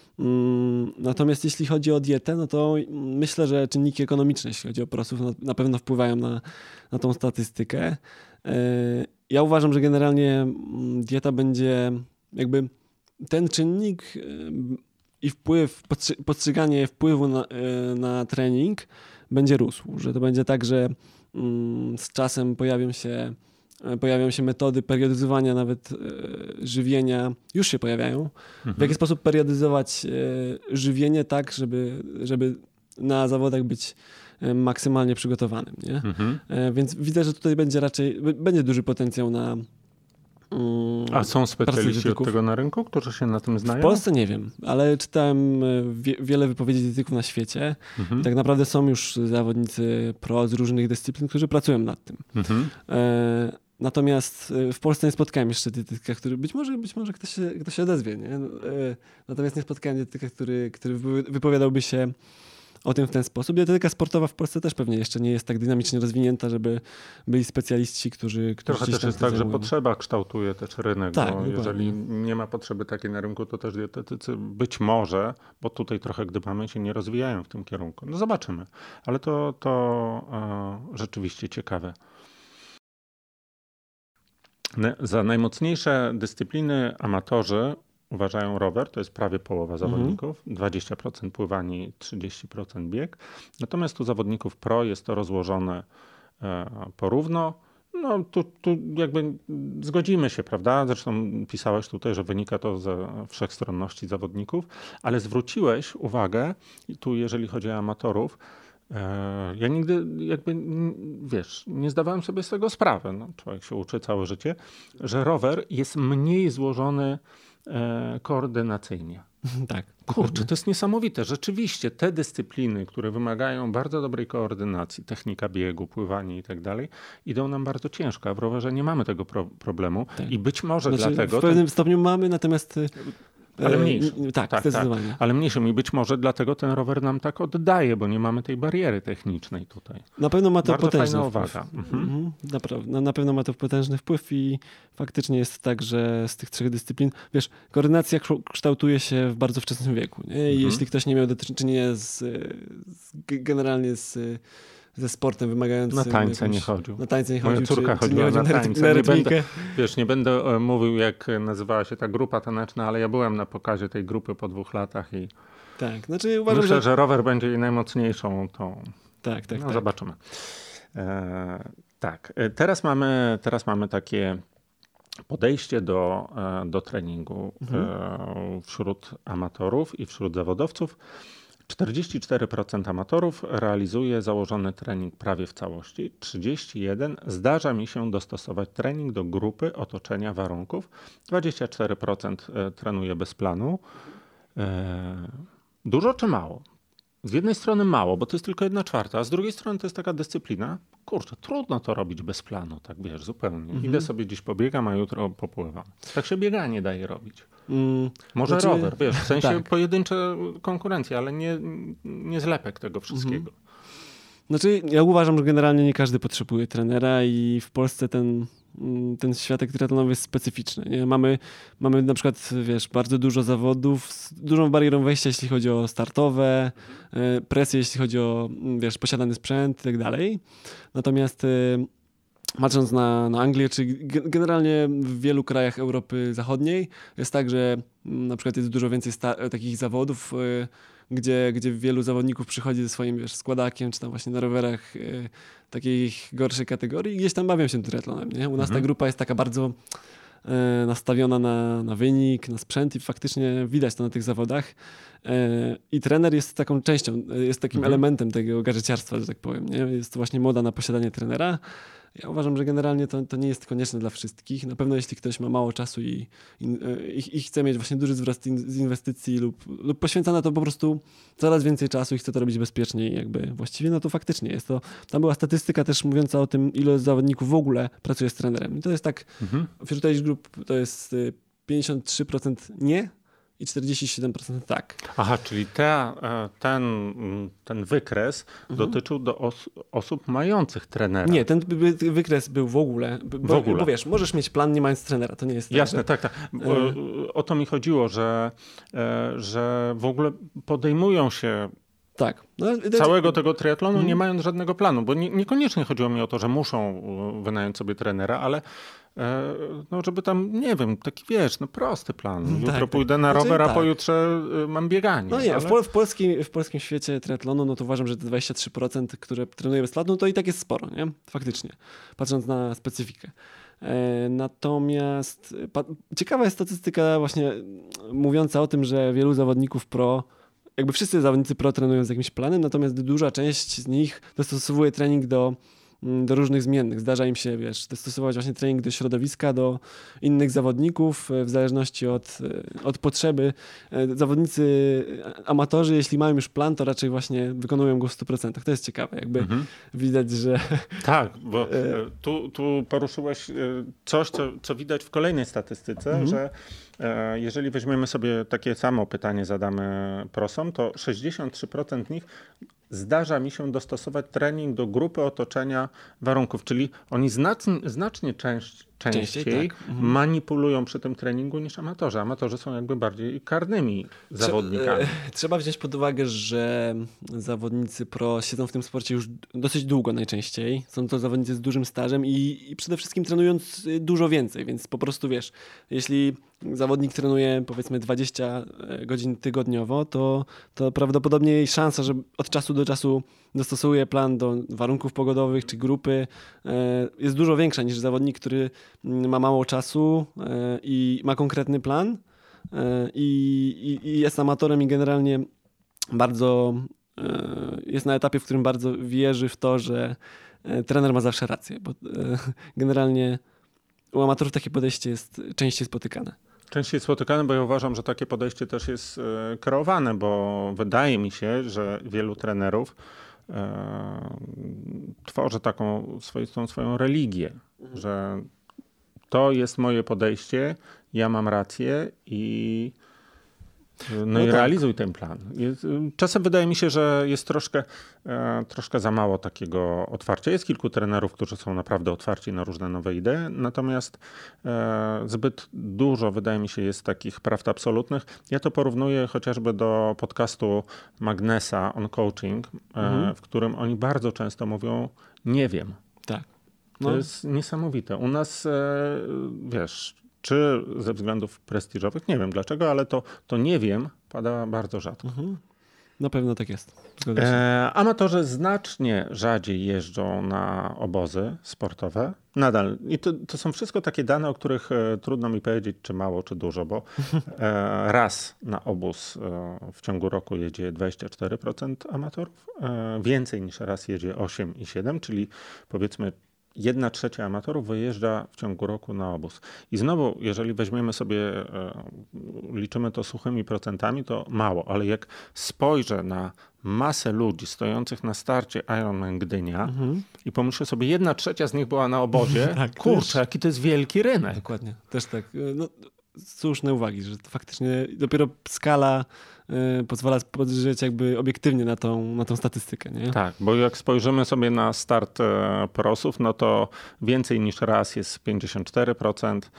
Natomiast jeśli chodzi o dietę, no to myślę, że czynniki ekonomiczne, jeśli chodzi o prosów, na pewno wpływają na, na tą statystykę. Ja uważam, że generalnie dieta będzie jakby ten czynnik i wpływ, postrzeganie wpływu na, na trening będzie rósł, że to będzie tak, że z czasem pojawią się, pojawią się metody periodyzowania nawet żywienia, już się pojawiają. Mhm. W jaki sposób periodyzować żywienie tak, żeby, żeby na zawodach być maksymalnie przygotowanym, nie? Mhm. Więc widzę, że tutaj będzie raczej, będzie duży potencjał na A są specjaliści od tego na rynku, którzy się na tym znają? W Polsce nie wiem, ale czytałem wie, wiele wypowiedzi dietetyków na świecie mhm. i tak naprawdę są już zawodnicy pro z różnych dyscyplin, którzy pracują nad tym. Mhm. E, natomiast w Polsce nie spotkałem jeszcze dietetyka, który być może, być może ktoś, się, ktoś się odezwie. Nie? E, natomiast nie spotkałem dietetyka, który, który wypowiadałby się o tym w ten sposób. Dietetyka sportowa w Polsce też pewnie jeszcze nie jest tak dynamicznie rozwinięta, żeby byli specjaliści, którzy... którzy Trochę też jest tak, że potrzeba kształtuje też rynek, tak, bo dokładnie. jeżeli nie ma potrzeby takiej na rynku, to też dietetycy być może, bo tutaj trochę gdybamy, się nie rozwijają w tym kierunku. No zobaczymy, ale to, to e, rzeczywiście ciekawe. Za najmocniejsze dyscypliny amatorzy uważają rower, to jest prawie połowa zawodników, mhm. dwadzieścia procent pływanie, trzydzieści procent bieg. Natomiast u zawodników pro jest to rozłożone e, porówno. No tu, tu jakby zgodzimy się, prawda? Zresztą pisałeś tutaj, że wynika to ze wszechstronności zawodników, ale zwróciłeś uwagę, tu jeżeli chodzi o amatorów, ja nigdy jakby, wiesz, nie zdawałem sobie z tego sprawy, no, człowiek się uczy całe życie, że rower jest mniej złożony e, koordynacyjnie. Tak. Kurczę, to jest niesamowite. Rzeczywiście te dyscypliny, które wymagają bardzo dobrej koordynacji, technika biegu, pływanie i tak dalej, idą nam bardzo ciężko, a w rowerze nie mamy tego pro- problemu tak. I być może znaczy, dlatego... W pewnym ten... stopniu mamy, natomiast... Ale mniejszym. E, tak, tak, zdecydowanie. Tak. Ale mniejszym i być może dlatego ten rower nam tak oddaje, bo nie mamy tej bariery technicznej tutaj. Na pewno ma to Bardzo potężny fajna wpływ. uwaga. Mhm. Mhm. Naprawdę, no, na pewno ma to potężny wpływ i faktycznie jest tak, że z tych trzech dyscyplin, wiesz, koordynacja kształtuje się w bardzo wczesnym wieku. Nie? I mhm. jeśli ktoś nie miał do czynienia z, z generalnie z ze sportem wymagającym... Na tańce jakąś, nie chodził. Na tańce nie chodził. Moja córka czy, chodziła czy na, na tańce. Na nie będę, wiesz, nie będę mówił, jak nazywała się ta grupa taneczna, ale ja byłem na pokazie tej grupy po dwóch latach i tak, znaczy uważam, myślę, że... że rower będzie jej najmocniejszą tą... Tak, tak, no, tak. Zobaczymy. E, tak, teraz mamy, teraz mamy takie podejście do, do treningu mhm. e, wśród amatorów i wśród zawodowców. czterdzieści cztery procent amatorów realizuje założony trening prawie w całości. trzydzieści jeden procent zdarza mi się dostosować trening do grupy, otoczenia, warunków. dwadzieścia cztery procent trenuje bez planu. Dużo czy mało? Z jednej strony mało, bo to jest tylko jedna czwarta, a z drugiej strony to jest taka dyscyplina. Kurczę, trudno to robić bez planu, tak wiesz, zupełnie. Mhm. Idę sobie dziś pobiegam, a jutro popływam. Tak się bieganie daje robić. Mm, Może znaczy, rower, wiesz, w sensie tak. pojedyncze konkurencje, ale nie, nie zlepek tego wszystkiego. Mhm. Znaczy, ja uważam, że generalnie nie każdy potrzebuje trenera i w Polsce ten, ten światek triatlonowy jest specyficzny. Nie? Mamy, mamy na przykład, wiesz, bardzo dużo zawodów z dużą barierą wejścia, jeśli chodzi o startowe, presję, jeśli chodzi o, wiesz, posiadany sprzęt i tak dalej. Natomiast patrząc na, na Anglię, czy generalnie w wielu krajach Europy Zachodniej jest tak, że na przykład jest dużo więcej sta- takich zawodów, y, gdzie, gdzie wielu zawodników przychodzi ze swoim, wiesz, składakiem, czy tam właśnie na rowerach y, takiej gorszej kategorii i gdzieś tam bawią się triatlonem. Nie? U nas mhm. ta grupa jest taka bardzo y, nastawiona na, na wynik, na sprzęt i faktycznie widać to na tych zawodach. Y, I trener jest taką częścią, jest takim mhm. elementem tego gadżeciarstwa, że tak powiem. Nie? Jest to właśnie moda na posiadanie trenera. Ja uważam, że generalnie to, to nie jest konieczne dla wszystkich. Na pewno jeśli ktoś ma mało czasu i, i, i chce mieć właśnie duży wzrost z inwestycji lub, lub poświęca na to po prostu coraz więcej czasu i chce to robić bezpiecznie jakby właściwie, no to faktycznie jest to. Tam była statystyka też mówiąca o tym, ile zawodników w ogóle pracuje z trenerem. I to jest tak, mhm. wśród age group to jest pięćdziesiąt trzy procent nie i czterdzieści siedem procent tak. Aha, czyli te, ten, ten wykres mhm. dotyczył do os- osób mających trenera. Nie, ten wykres był w ogóle, bo, w ogóle. Bo wiesz, możesz mieć plan nie mając trenera, to nie jest tak. Jasne, tak, tak. tak. O to mi chodziło, że, że w ogóle podejmują się tak. No, całego tego triatlonu hmm. nie mając żadnego planu, bo nie, niekoniecznie chodziło mi o to, że muszą wynająć sobie trenera, ale e, no, żeby tam, nie wiem, taki wiesz, no prosty plan. Jutro tak, pójdę tak. na rower, znaczy, a tak. pojutrze mam bieganie. No nie, ale... w, pol- w, polskim, w polskim świecie triatlonu, no to uważam, że te dwadzieścia trzy procent, które trenuje bez planu, to i tak jest sporo, nie? Faktycznie, patrząc na specyfikę. E, natomiast pa- ciekawa jest statystyka właśnie mówiąca o tym, że wielu zawodników pro jakby wszyscy zawodnicy pro trenują z jakimś planem, natomiast duża część z nich dostosowuje trening do, do różnych zmiennych. Zdarza im się, wiesz, dostosować właśnie trening do środowiska, do innych zawodników, w zależności od, od potrzeby. Zawodnicy amatorzy, jeśli mają już plan, to raczej właśnie wykonują go w stu procentach. To jest ciekawe, jakby mhm. widać, że... Tak, bo tu, tu poruszyłeś coś, co, co widać w kolejnej statystyce, mhm. że jeżeli weźmiemy sobie takie samo pytanie, zadamy prosom, to sześćdziesiąt trzy procent nich zdarza mi się dostosować trening do grupy otoczenia warunków, czyli oni znacznie, znacznie część, częściej, częściej tak. mhm. manipulują przy tym treningu niż amatorzy. Amatorzy są jakby bardziej karnymi zawodnikami. Trzeba wziąć pod uwagę, że zawodnicy pro siedzą w tym sporcie już dosyć długo najczęściej. Są to zawodnicy z dużym stażem i, i przede wszystkim trenując dużo więcej, więc po prostu wiesz, jeśli zawodnik trenuje powiedzmy dwadzieścia godzin tygodniowo, to, to prawdopodobnie szansa, że od czasu do czasu dostosuje plan do warunków pogodowych czy grupy jest dużo większa niż zawodnik, który ma mało czasu i ma konkretny plan i, i jest amatorem i generalnie bardzo jest na etapie, w którym bardzo wierzy w to, że trener ma zawsze rację, bo generalnie u amatorów takie podejście jest częściej spotykane. Częściej spotykane, bo ja uważam, że takie podejście też jest kreowane, bo wydaje mi się, że wielu trenerów e, tworzy taką swoistą swoją religię, mhm. że to jest moje podejście, ja mam rację i no, no i tak. realizuj ten plan. Jest, czasem wydaje mi się, że jest troszkę, e, troszkę za mało takiego otwarcia. Jest kilku trenerów, którzy są naprawdę otwarci na różne nowe idee, natomiast e, zbyt dużo, wydaje mi się, jest takich prawd absolutnych. Ja to porównuję chociażby do podcastu Magnesa on Coaching, e, mhm. w którym oni bardzo często mówią nie wiem. Tak. No. To jest niesamowite. U nas, e, wiesz... Czy ze względów prestiżowych? Nie wiem dlaczego, ale to, to nie wiem pada bardzo rzadko. Mhm. Na pewno tak jest. Zgodzę się. E, amatorzy znacznie rzadziej jeżdżą na obozy sportowe. Nadal. I to, to są wszystko takie dane, o których e, trudno mi powiedzieć, czy mało, czy dużo, bo e, raz na obóz e, w ciągu roku jedzie dwadzieścia cztery procent amatorów. E, więcej niż raz jedzie osiem i siedem procent, czyli powiedzmy jedna trzecia amatorów wyjeżdża w ciągu roku na obóz. I znowu, jeżeli weźmiemy sobie, e, liczymy to suchymi procentami, to mało, ale jak spojrzę na masę ludzi stojących na starcie Ironman Gdynia mhm. i pomyślę sobie, jedna trzecia z nich była na obozie, tak, kurczę, też, jaki to jest wielki rynek. Dokładnie, też tak. No, słuszne uwagi, że to faktycznie dopiero skala y, pozwala spojrzeć jakby obiektywnie na tą, na tą statystykę. Nie? Tak, bo jak spojrzymy sobie na start e, prosów, no to więcej niż raz jest pięćdziesiąt cztery procent,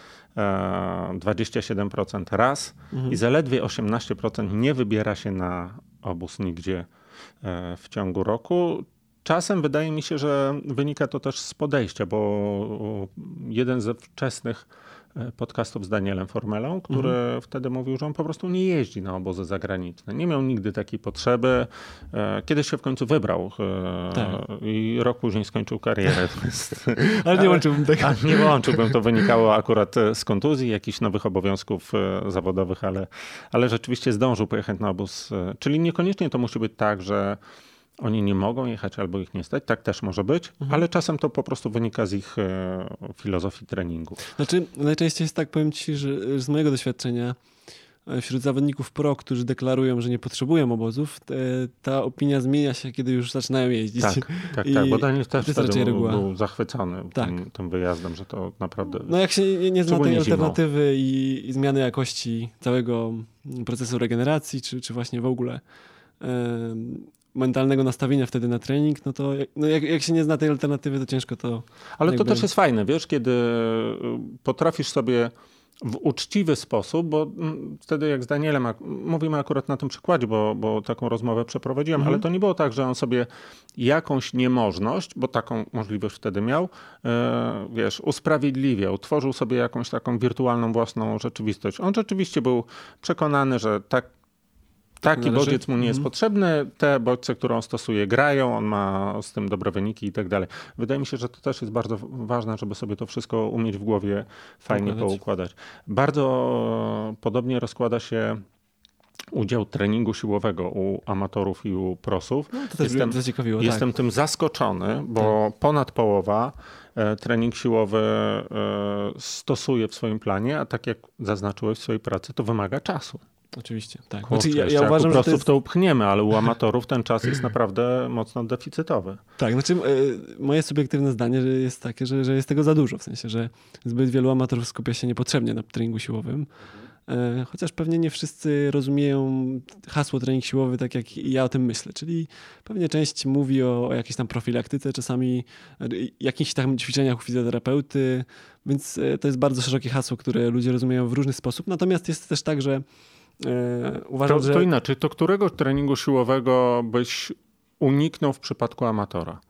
e, dwadzieścia siedem procent raz mhm. i zaledwie osiemnaście procent nie wybiera się na obóz nigdzie e, w ciągu roku. Czasem wydaje mi się, że wynika to też z podejścia, bo jeden ze wczesnych podcastów z Danielem Formelą, który mhm. wtedy mówił, że on po prostu nie jeździ na obozy zagraniczne. Nie miał nigdy takiej potrzeby. Kiedyś się w końcu wybrał tak. i rok później skończył karierę. Ale nie łączyłbym tego. A nie łączyłbym. To wynikało akurat z kontuzji, jakichś nowych obowiązków zawodowych, ale, ale rzeczywiście zdążył pojechać na obóz. Czyli niekoniecznie to musi być tak, że oni nie mogą jechać albo ich nie stać, tak też może być, mhm. ale czasem to po prostu wynika z ich e, filozofii treningu. Znaczy najczęściej jest tak, powiem ci, że z mojego doświadczenia wśród zawodników pro, którzy deklarują, że nie potrzebują obozów, te, ta opinia zmienia się, kiedy już zaczynają jeździć. Tak, tak, I tak, bo Daniel też wtedy był, był zachwycony tak. tym, tym wyjazdem, że to naprawdę... No jak się nie zna tej alternatywy i, i zmiany jakości całego procesu regeneracji, czy, czy właśnie w ogóle... Yy, mentalnego nastawienia wtedy na trening, no to no jak, jak się nie zna tej alternatywy, to ciężko to... Ale jakby... to też jest fajne, wiesz, kiedy potrafisz sobie w uczciwy sposób, bo wtedy jak z Danielem, mówimy akurat na tym przykładzie, bo, bo taką rozmowę przeprowadziłem, mhm. ale to nie było tak, że on sobie jakąś niemożność, bo taką możliwość wtedy miał, e, wiesz, usprawiedliwiał, tworzył sobie jakąś taką wirtualną własną rzeczywistość. On rzeczywiście był przekonany, że tak Taki bodziec mu nie jest mm. potrzebny, te bodźce, które on stosuje, grają, on ma z tym dobre wyniki i tak dalej. Wydaje mi się, że to też jest bardzo ważne, żeby sobie to wszystko umieć w głowie fajnie poukładać. Bardzo podobnie rozkłada się udział treningu siłowego u amatorów i u prosów. No, to też jestem, zaciekawiło, jestem tak. tym zaskoczony, bo tak. ponad połowa e, trening siłowy e, stosuje w swoim planie, a tak jak zaznaczyłeś w swojej pracy, to wymaga czasu. Oczywiście, tak. Kurczę, znaczy, ja, ja uważam, po prostu że to jest... w to upchniemy, ale u amatorów ten czas jest naprawdę mocno deficytowy. Tak, znaczy y, moje subiektywne zdanie że jest takie, że, że jest tego za dużo, w sensie, że zbyt wielu amatorów skupia się niepotrzebnie na treningu siłowym, y, chociaż pewnie nie wszyscy rozumieją hasło trening siłowy tak, jak ja o tym myślę, czyli pewnie część mówi o, o jakiejś tam profilaktyce, czasami y, jakichś tam ćwiczeniach u fizjoterapeuty, więc y, to jest bardzo szerokie hasło, które ludzie rozumieją w różny sposób, natomiast jest też tak, że Yy, uważam, to, że... to inaczej, to którego treningu siłowego byś uniknął w przypadku amatora?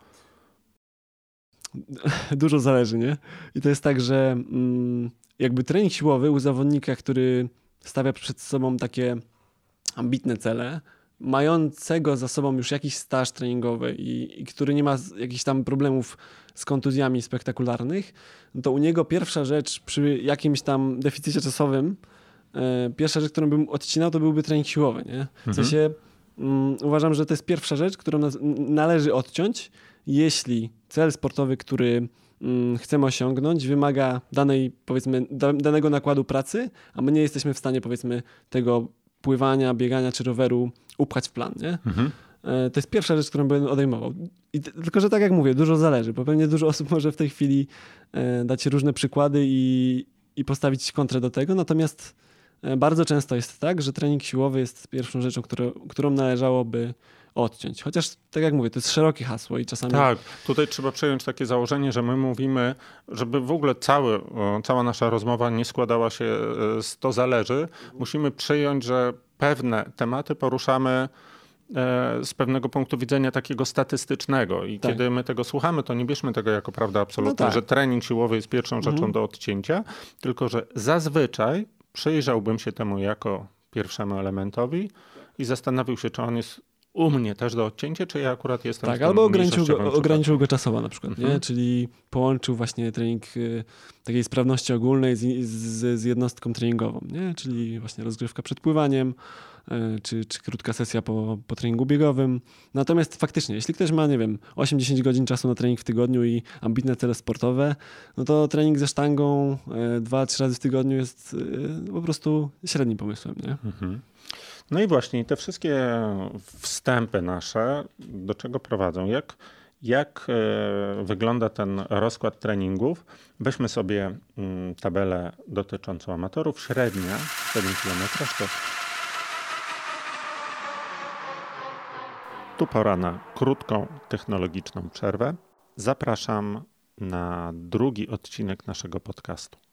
Dużo zależy, nie? I to jest tak, że mm, jakby trening siłowy u zawodnika, który stawia przed sobą takie ambitne cele, mającego za sobą już jakiś staż treningowy i, i który nie ma jakichś tam problemów z kontuzjami spektakularnych, no to u niego pierwsza rzecz przy jakimś tam deficycie czasowym, pierwsza rzecz, którą bym odcinał, to byłby trening siłowy. Nie? W mhm. sensie um, uważam, że to jest pierwsza rzecz, którą nas, należy odciąć, jeśli cel sportowy, który um, chcemy osiągnąć, wymaga danej, powiedzmy, da, danego nakładu pracy, a my nie jesteśmy w stanie, powiedzmy, tego pływania, biegania czy roweru upchać w plan. Nie? Mhm. To jest pierwsza rzecz, którą bym odejmował. I t- tylko, że tak jak mówię, dużo zależy, bo pewnie dużo osób może w tej chwili e, dać różne przykłady i, i postawić kontrę do tego, natomiast bardzo często jest tak, że trening siłowy jest pierwszą rzeczą, którą, którą należałoby odciąć. Chociaż, tak jak mówię, to jest szerokie hasło i czasami... Tak, tutaj trzeba przejąć takie założenie, że my mówimy, żeby w ogóle cały, cała nasza rozmowa nie składała się z to zależy. Musimy przyjąć, że pewne tematy poruszamy z pewnego punktu widzenia takiego statystycznego i tak. kiedy my tego słuchamy, to nie bierzmy tego jako prawda absolutna, no tak. że trening siłowy jest pierwszą rzeczą mhm. do odcięcia, tylko że zazwyczaj przyjrzałbym się temu jako pierwszemu elementowi i zastanowił się, czy on jest u mnie też do odcięcia, czy ja akurat jestem... Tak, albo ograniczył go, ograniczył go czasowo na przykład, mhm. nie? Czyli połączył właśnie trening y, takiej sprawności ogólnej z, z, z jednostką treningową, nie? Czyli właśnie rozgrywka przed pływaniem, y, czy, czy krótka sesja po, po treningu biegowym. Natomiast faktycznie, jeśli ktoś ma, nie wiem, osiem do dziesięciu godzin czasu na trening w tygodniu i ambitne cele sportowe, no to trening ze sztangą dwa trzy razy w tygodniu jest y, po prostu średnim pomysłem, nie? Mhm. No i właśnie te wszystkie wstępy nasze do czego prowadzą? Jak, jak wygląda ten rozkład treningów? Weźmy sobie tabelę dotyczącą amatorów. Średnia, siedem kilometrów to... Tu pora na krótką technologiczną przerwę. Zapraszam na drugi odcinek naszego podcastu.